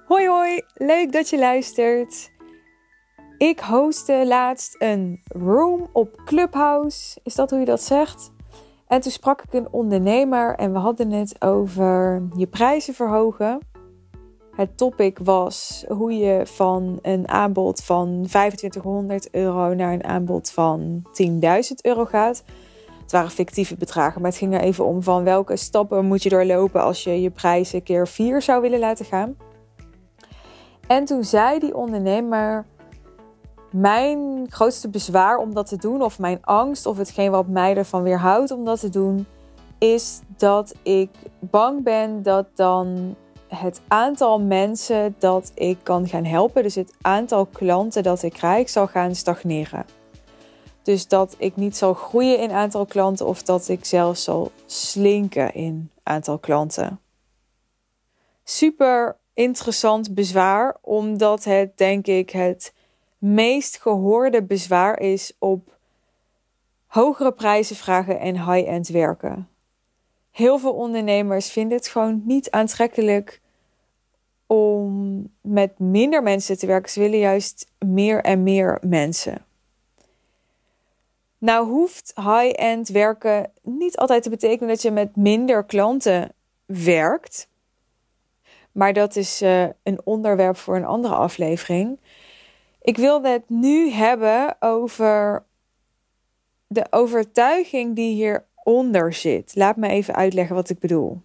Hoi hoi, leuk dat je luistert. Ik hostte laatst een room op Clubhouse. Is dat hoe je dat zegt? En toen sprak ik een ondernemer en we hadden het over je prijzen verhogen. Het topic was hoe je van een aanbod van €2500 naar een aanbod van €10.000 gaat. Het waren fictieve bedragen, maar het ging er even om van welke stappen moet je doorlopen als je je prijzen keer 4 zou willen laten gaan. En toen zei die ondernemer, mijn grootste bezwaar om dat te doen, of mijn angst, of hetgeen wat mij ervan weerhoudt om dat te doen, is dat ik bang ben dat dan het aantal mensen dat ik kan gaan helpen, dus het aantal klanten dat ik krijg, zal gaan stagneren. Dus dat ik niet zal groeien in aantal klanten of dat ik zelfs zal slinken in aantal klanten. Super interessant bezwaar, omdat het denk ik het meest gehoorde bezwaar is op hogere prijzen vragen en high-end werken. Heel veel ondernemers vinden het gewoon niet aantrekkelijk om met minder mensen te werken. Ze willen juist meer en meer mensen. Nou hoeft high-end werken niet altijd te betekenen dat je met minder klanten werkt. Maar dat is een onderwerp voor een andere aflevering. Ik wilde het nu hebben over de overtuiging die hieronder zit. Laat me even uitleggen wat ik bedoel.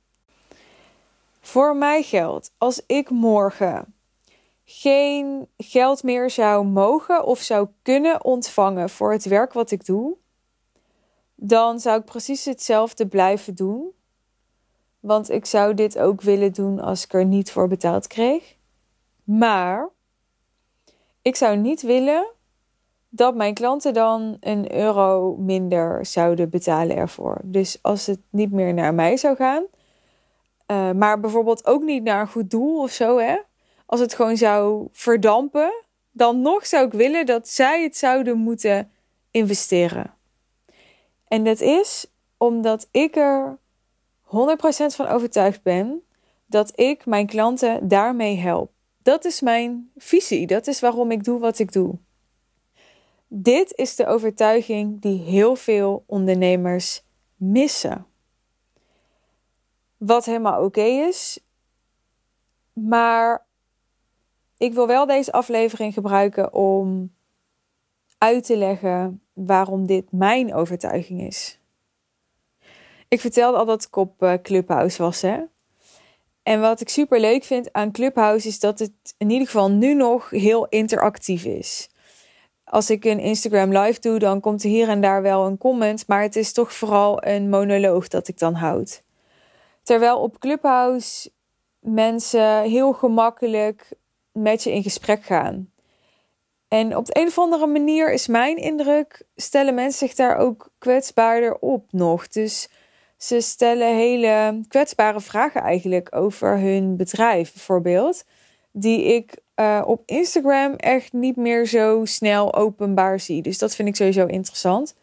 Voor mij geldt, als ik morgen geen geld meer zou mogen of zou kunnen ontvangen voor het werk wat ik doe, dan zou ik precies hetzelfde blijven doen. Want ik zou dit ook willen doen als ik er niet voor betaald kreeg. Maar ik zou niet willen dat mijn klanten dan €1 minder zouden betalen ervoor. Dus als het niet meer naar mij zou gaan, maar bijvoorbeeld ook niet naar een goed doel of zo, hè? Als het gewoon zou verdampen, dan nog zou ik willen dat zij het zouden moeten investeren. En dat is omdat ik er 100% van overtuigd ben dat ik mijn klanten daarmee help. Dat is mijn visie. Dat is waarom ik doe wat ik doe. Dit is de overtuiging die heel veel ondernemers missen. Wat helemaal oké is. Maar ik wil wel deze aflevering gebruiken om uit te leggen waarom dit mijn overtuiging is. Ik vertelde al dat ik op Clubhouse was, hè. En wat ik super leuk vind aan Clubhouse is dat het in ieder geval nu nog heel interactief is. Als ik een Instagram live doe, dan komt er hier en daar wel een comment, maar het is toch vooral een monoloog dat ik dan houd. Terwijl op Clubhouse mensen heel gemakkelijk met je in gesprek gaan. En op de een of andere manier is mijn indruk, stellen mensen zich daar ook kwetsbaarder op nog. Dus ze stellen hele kwetsbare vragen eigenlijk over hun bedrijf bijvoorbeeld. Die ik op Instagram echt niet meer zo snel openbaar zie. Dus dat vind ik sowieso interessant.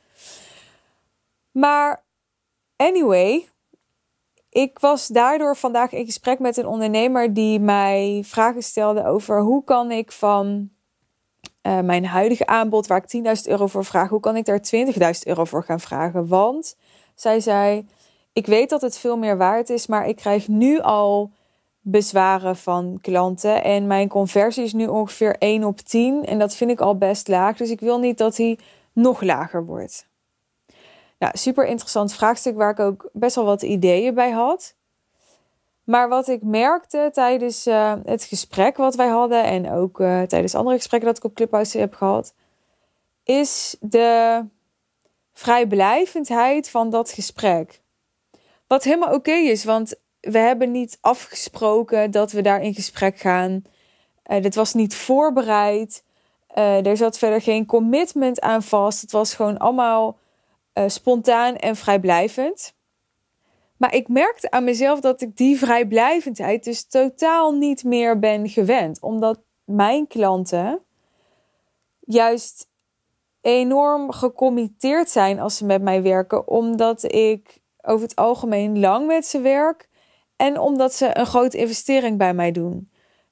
Maar anyway, ik was daardoor vandaag in gesprek met een ondernemer die mij vragen stelde over hoe kan ik van mijn huidige aanbod waar ik €10.000 voor vraag, hoe kan ik daar €20.000 voor gaan vragen? Want zij zei, ik weet dat het veel meer waard is, maar ik krijg nu al bezwaren van klanten. En mijn conversie is nu ongeveer 1 op 10. En dat vind ik al best laag. Dus ik wil niet dat die nog lager wordt. Nou, super interessant vraagstuk waar ik ook best wel wat ideeën bij had. Maar wat ik merkte tijdens het gesprek wat wij hadden en ook tijdens andere gesprekken dat ik op Clubhouse heb gehad, is de vrijblijvendheid van dat gesprek. Wat helemaal oké is, want we hebben niet afgesproken dat we daar in gesprek gaan. Dit was niet voorbereid. Er zat verder geen commitment aan vast. Het was gewoon allemaal spontaan en vrijblijvend. Maar ik merkte aan mezelf dat ik die vrijblijvendheid dus totaal niet meer ben gewend. Omdat mijn klanten juist enorm gecommitteerd zijn als ze met mij werken. Omdat ik over het algemeen lang met ze werk. En omdat ze een grote investering bij mij doen.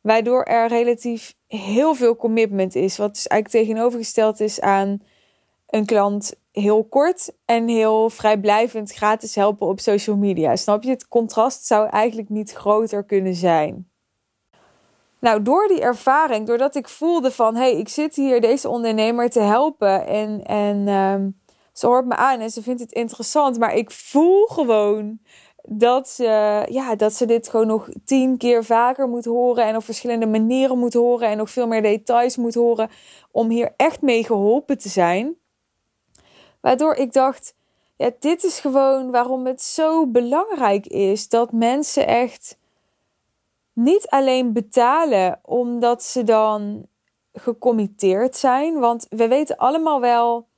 Waardoor er relatief heel veel commitment is. Wat dus eigenlijk tegenovergesteld is aan een klant heel kort en heel vrijblijvend gratis helpen op social media. Snap je? Het contrast zou eigenlijk niet groter kunnen zijn. Nou, door die ervaring, doordat ik voelde van... hey, ik zit hier deze ondernemer te helpen en ze hoort me aan en ze vindt het interessant. Maar ik voel gewoon dat ze dit gewoon nog 10 keer vaker moet horen en op verschillende manieren moet horen en nog veel meer details moet horen om hier echt mee geholpen te zijn. Waardoor ik dacht, ja, dit is gewoon waarom het zo belangrijk is dat mensen echt niet alleen betalen omdat ze dan gecommitteerd zijn. Want we weten allemaal wel,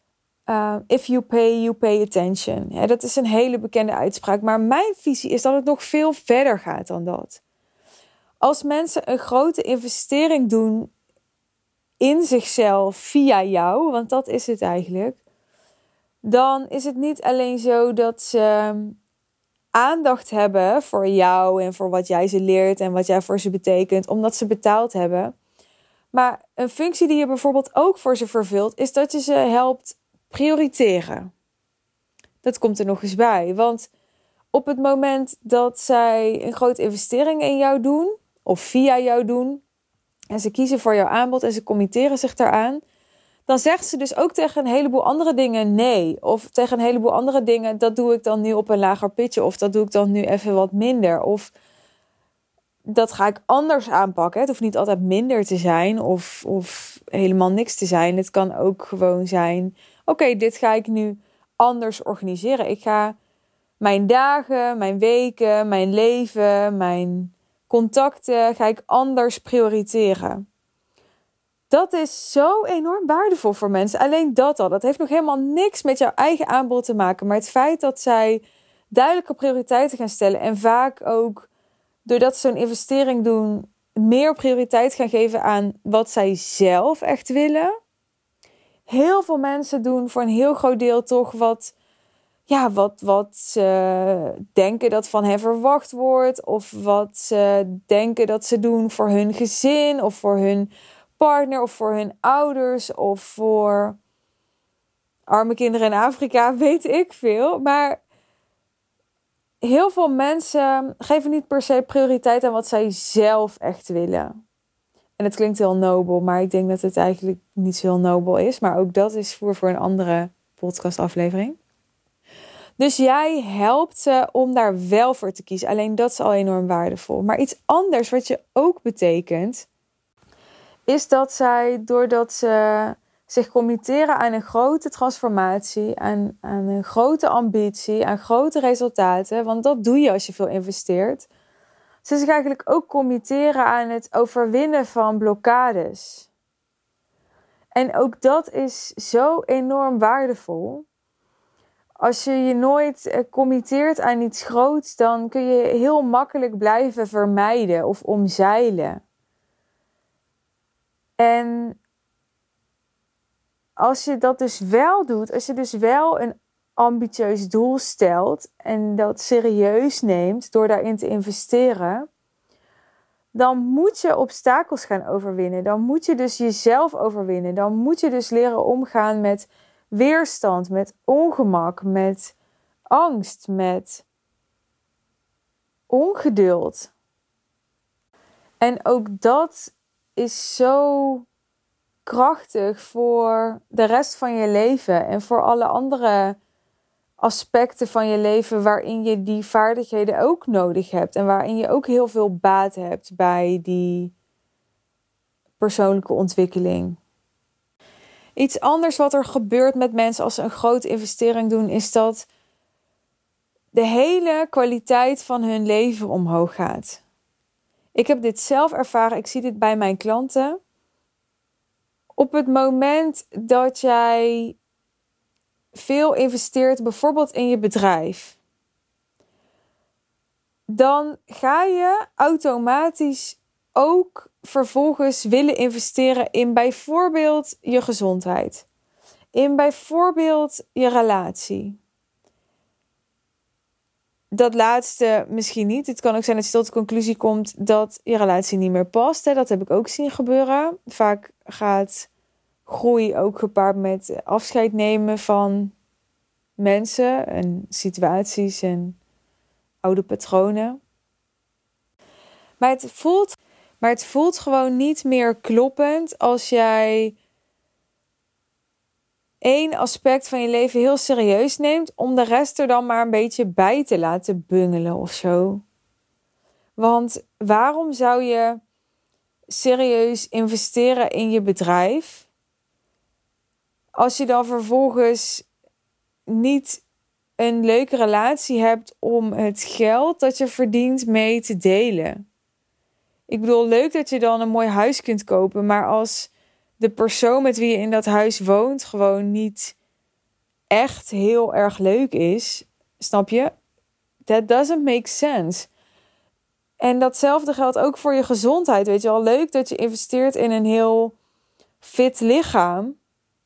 if you pay attention. Ja, dat is een hele bekende uitspraak. Maar mijn visie is dat het nog veel verder gaat dan dat. Als mensen een grote investering doen in zichzelf via jou, want dat is het eigenlijk, dan is het niet alleen zo dat ze aandacht hebben voor jou en voor wat jij ze leert en wat jij voor ze betekent, omdat ze betaald hebben. Maar een functie die je bijvoorbeeld ook voor ze vervult, is dat je ze helpt prioriteren. Dat komt er nog eens bij. Want op het moment dat zij een grote investering in jou doen, of via jou doen, en ze kiezen voor jouw aanbod en ze committeren zich daaraan, dan zegt ze dus ook tegen een heleboel andere dingen nee. Of tegen een heleboel andere dingen, dat doe ik dan nu op een lager pitje. Of dat doe ik dan nu even wat minder. Of dat ga ik anders aanpakken. Het hoeft niet altijd minder te zijn of helemaal niks te zijn. Het kan ook gewoon zijn, oké, dit ga ik nu anders organiseren. Ik ga mijn dagen, mijn weken, mijn leven, mijn contacten ga ik anders prioriteren. Dat is zo enorm waardevol voor mensen. Alleen dat al. Dat heeft nog helemaal niks met jouw eigen aanbod te maken. Maar het feit dat zij duidelijke prioriteiten gaan stellen. En vaak ook, doordat ze zo'n investering doen, meer prioriteit gaan geven aan wat zij zelf echt willen. Heel veel mensen doen voor een heel groot deel toch wat ze denken dat van hen verwacht wordt. Of wat ze denken dat ze doen voor hun gezin of voor hun partner of voor hun ouders of voor arme kinderen in Afrika, weet ik veel. Maar heel veel mensen geven niet per se prioriteit aan wat zij zelf echt willen. En het klinkt heel nobel, maar ik denk dat het eigenlijk niet zo heel nobel is. Maar ook dat is voor een andere podcastaflevering. Dus jij helpt ze om daar wel voor te kiezen. Alleen dat is al enorm waardevol. Maar iets anders wat je ook betekent, is dat zij, doordat ze zich committeren aan een grote transformatie, aan een grote ambitie, aan grote resultaten, want dat doe je als je veel investeert, ze zich eigenlijk ook committeren aan het overwinnen van blokkades. En ook dat is zo enorm waardevol. Als je je nooit committeert aan iets groots, dan kun je heel makkelijk blijven vermijden of omzeilen. En als je dat dus wel doet, als je dus wel een ambitieus doel stelt en dat serieus neemt door daarin te investeren, dan moet je obstakels gaan overwinnen. Dan moet je dus jezelf overwinnen. Dan moet je dus leren omgaan met weerstand, met ongemak, met angst, met ongeduld. En ook dat is zo krachtig voor de rest van je leven en voor alle andere aspecten van je leven waarin je die vaardigheden ook nodig hebt en waarin je ook heel veel baat hebt bij die persoonlijke ontwikkeling. Iets anders wat er gebeurt met mensen als ze een grote investering doen, is dat de hele kwaliteit van hun leven omhoog gaat. Ik heb dit zelf ervaren, ik zie dit bij mijn klanten. Op het moment dat jij veel investeert, bijvoorbeeld in je bedrijf, dan ga je automatisch ook vervolgens willen investeren in bijvoorbeeld je gezondheid. In bijvoorbeeld je relatie. dat laatste misschien niet. Het kan ook zijn dat je tot de conclusie komt dat je relatie niet meer past. Hè? Dat heb ik ook zien gebeuren. Vaak gaat groei ook gepaard met afscheid nemen van mensen en situaties en oude patronen. Maar het voelt gewoon niet meer kloppend als jij één aspect van je leven heel serieus neemt om de rest er dan maar een beetje bij te laten bungelen of zo. Want waarom zou je serieus investeren in je bedrijf als je dan vervolgens niet een leuke relatie hebt om het geld dat je verdient mee te delen? Ik bedoel, leuk dat je dan een mooi huis kunt kopen, maar als de persoon met wie je in dat huis woont gewoon niet echt heel erg leuk is, snap je? That doesn't make sense. En datzelfde geldt ook voor je gezondheid. Weet je wel, leuk dat je investeert in een heel fit lichaam.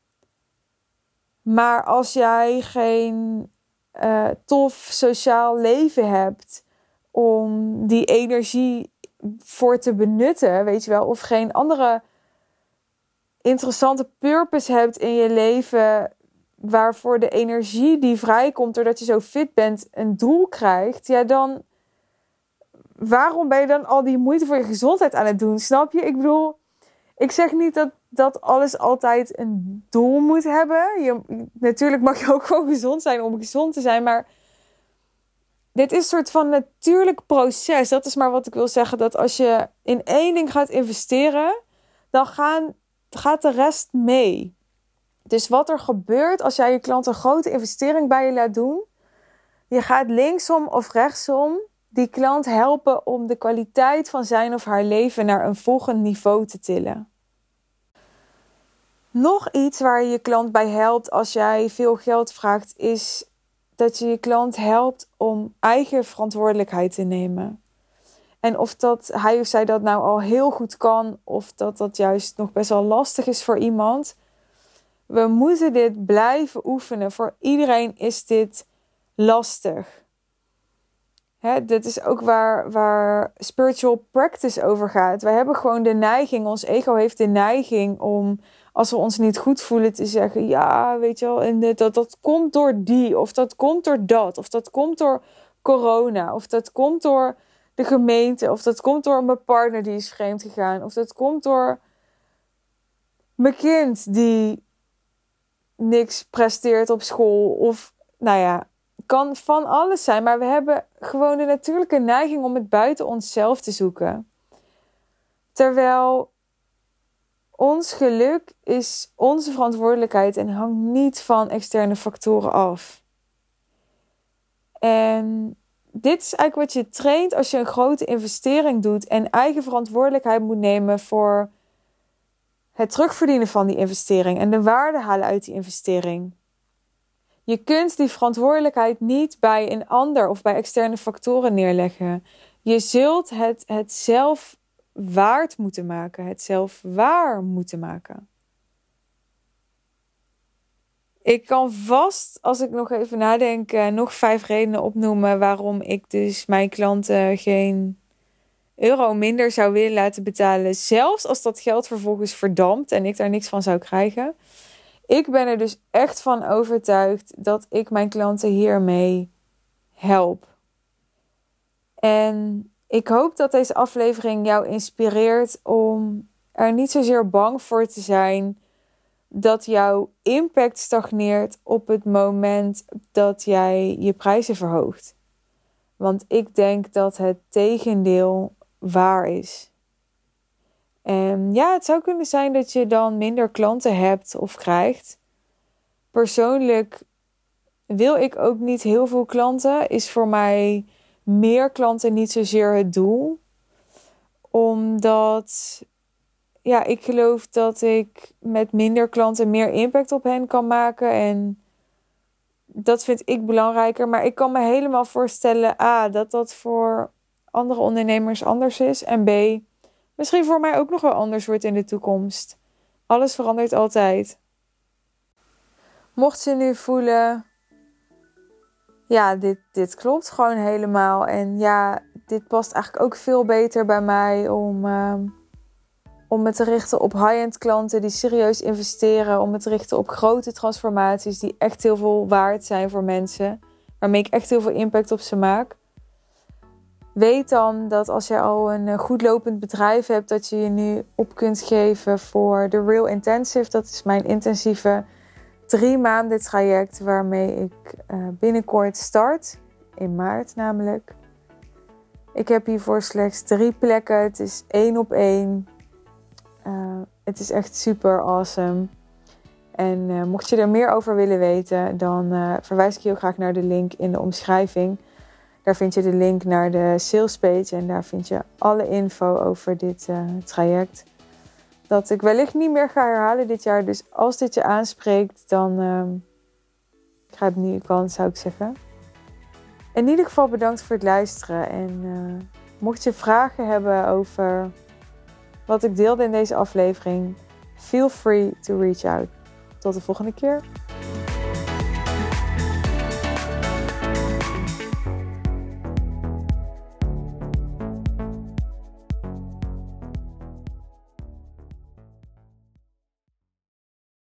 Maar als jij geen tof sociaal leven hebt om die energie voor te benutten, weet je wel, of geen andere interessante purpose hebt in je leven waarvoor de energie die vrijkomt doordat je zo fit bent een doel krijgt, ja, dan waarom ben je dan al die moeite voor je gezondheid aan het doen? Snap je? Ik bedoel, ik zeg niet dat alles altijd een doel moet hebben. Natuurlijk mag je ook gewoon gezond zijn om gezond te zijn, maar dit is een soort van natuurlijk proces. Dat is maar wat ik wil zeggen, dat als je in één ding gaat investeren, dan gaat de rest mee. Dus wat er gebeurt als jij je klant een grote investering bij je laat doen, je gaat linksom of rechtsom die klant helpen om de kwaliteit van zijn of haar leven naar een volgend niveau te tillen. Nog iets waar je je klant bij helpt als jij veel geld vraagt, is dat je je klant helpt om eigen verantwoordelijkheid te nemen. En of dat hij of zij dat nou al heel goed kan, of dat juist nog best wel lastig is voor iemand. We moeten dit blijven oefenen. Voor iedereen is dit lastig. Dit is ook waar spiritual practice over gaat. Wij hebben gewoon de neiging, ons ego heeft de neiging om, als we ons niet goed voelen, te zeggen, ja, weet je wel, en dat komt door die, of dat komt door dat, of dat komt door corona, of dat komt door de gemeente, of dat komt door mijn partner die is vreemd gegaan, of dat komt door mijn kind die niks presteert op school, of nou ja, kan van alles zijn, maar we hebben gewoon de natuurlijke neiging om het buiten onszelf te zoeken. Terwijl ons geluk is onze verantwoordelijkheid en hangt niet van externe factoren af. En dit is eigenlijk wat je traint als je een grote investering doet en eigen verantwoordelijkheid moet nemen voor het terugverdienen van die investering en de waarde halen uit die investering. Je kunt die verantwoordelijkheid niet bij een ander of bij externe factoren neerleggen. Je zult het zelf waard moeten maken, het zelf waar moeten maken. Ik kan vast, als ik nog even nadenk, nog 5 redenen opnoemen waarom ik dus mijn klanten geen euro minder zou willen laten betalen. Zelfs als dat geld vervolgens verdampt en ik daar niks van zou krijgen. Ik ben er dus echt van overtuigd dat ik mijn klanten hiermee help. En ik hoop dat deze aflevering jou inspireert om er niet zozeer bang voor te zijn dat jouw impact stagneert op het moment dat jij je prijzen verhoogt. Want ik denk dat het tegendeel waar is. En ja, het zou kunnen zijn dat je dan minder klanten hebt of krijgt. Persoonlijk wil ik ook niet heel veel klanten. Is voor mij meer klanten niet zozeer het doel. Omdat ik geloof dat ik met minder klanten meer impact op hen kan maken. En dat vind ik belangrijker. Maar ik kan me helemaal voorstellen dat voor andere ondernemers anders is. En B, misschien voor mij ook nog wel anders wordt in de toekomst. Alles verandert altijd. Mocht je nu voelen, ja, dit klopt gewoon helemaal. En ja, dit past eigenlijk ook veel beter bij mij om me te richten op high-end klanten die serieus investeren. Om me te richten op grote transformaties die echt heel veel waard zijn voor mensen. Waarmee ik echt heel veel impact op ze maak. Weet dan dat als je al een goed lopend bedrijf hebt, dat je je nu op kunt geven voor de Real Intensive. Dat is mijn intensieve 3 maanden traject waarmee ik binnenkort start. In maart namelijk. Ik heb hiervoor slechts 3 plekken. Het is 1-op-1. Het is echt super awesome. En mocht je er meer over willen weten, dan verwijs ik je heel graag naar de link in de omschrijving. Daar vind je de link naar de sales page en daar vind je alle info over dit traject. Dat ik wellicht niet meer ga herhalen dit jaar. Dus als dit je aanspreekt, dan grijp nu je kans, zou ik zeggen. In ieder geval bedankt voor het luisteren. En mocht je vragen hebben over wat ik deelde in deze aflevering, feel free to reach out. Tot de volgende keer.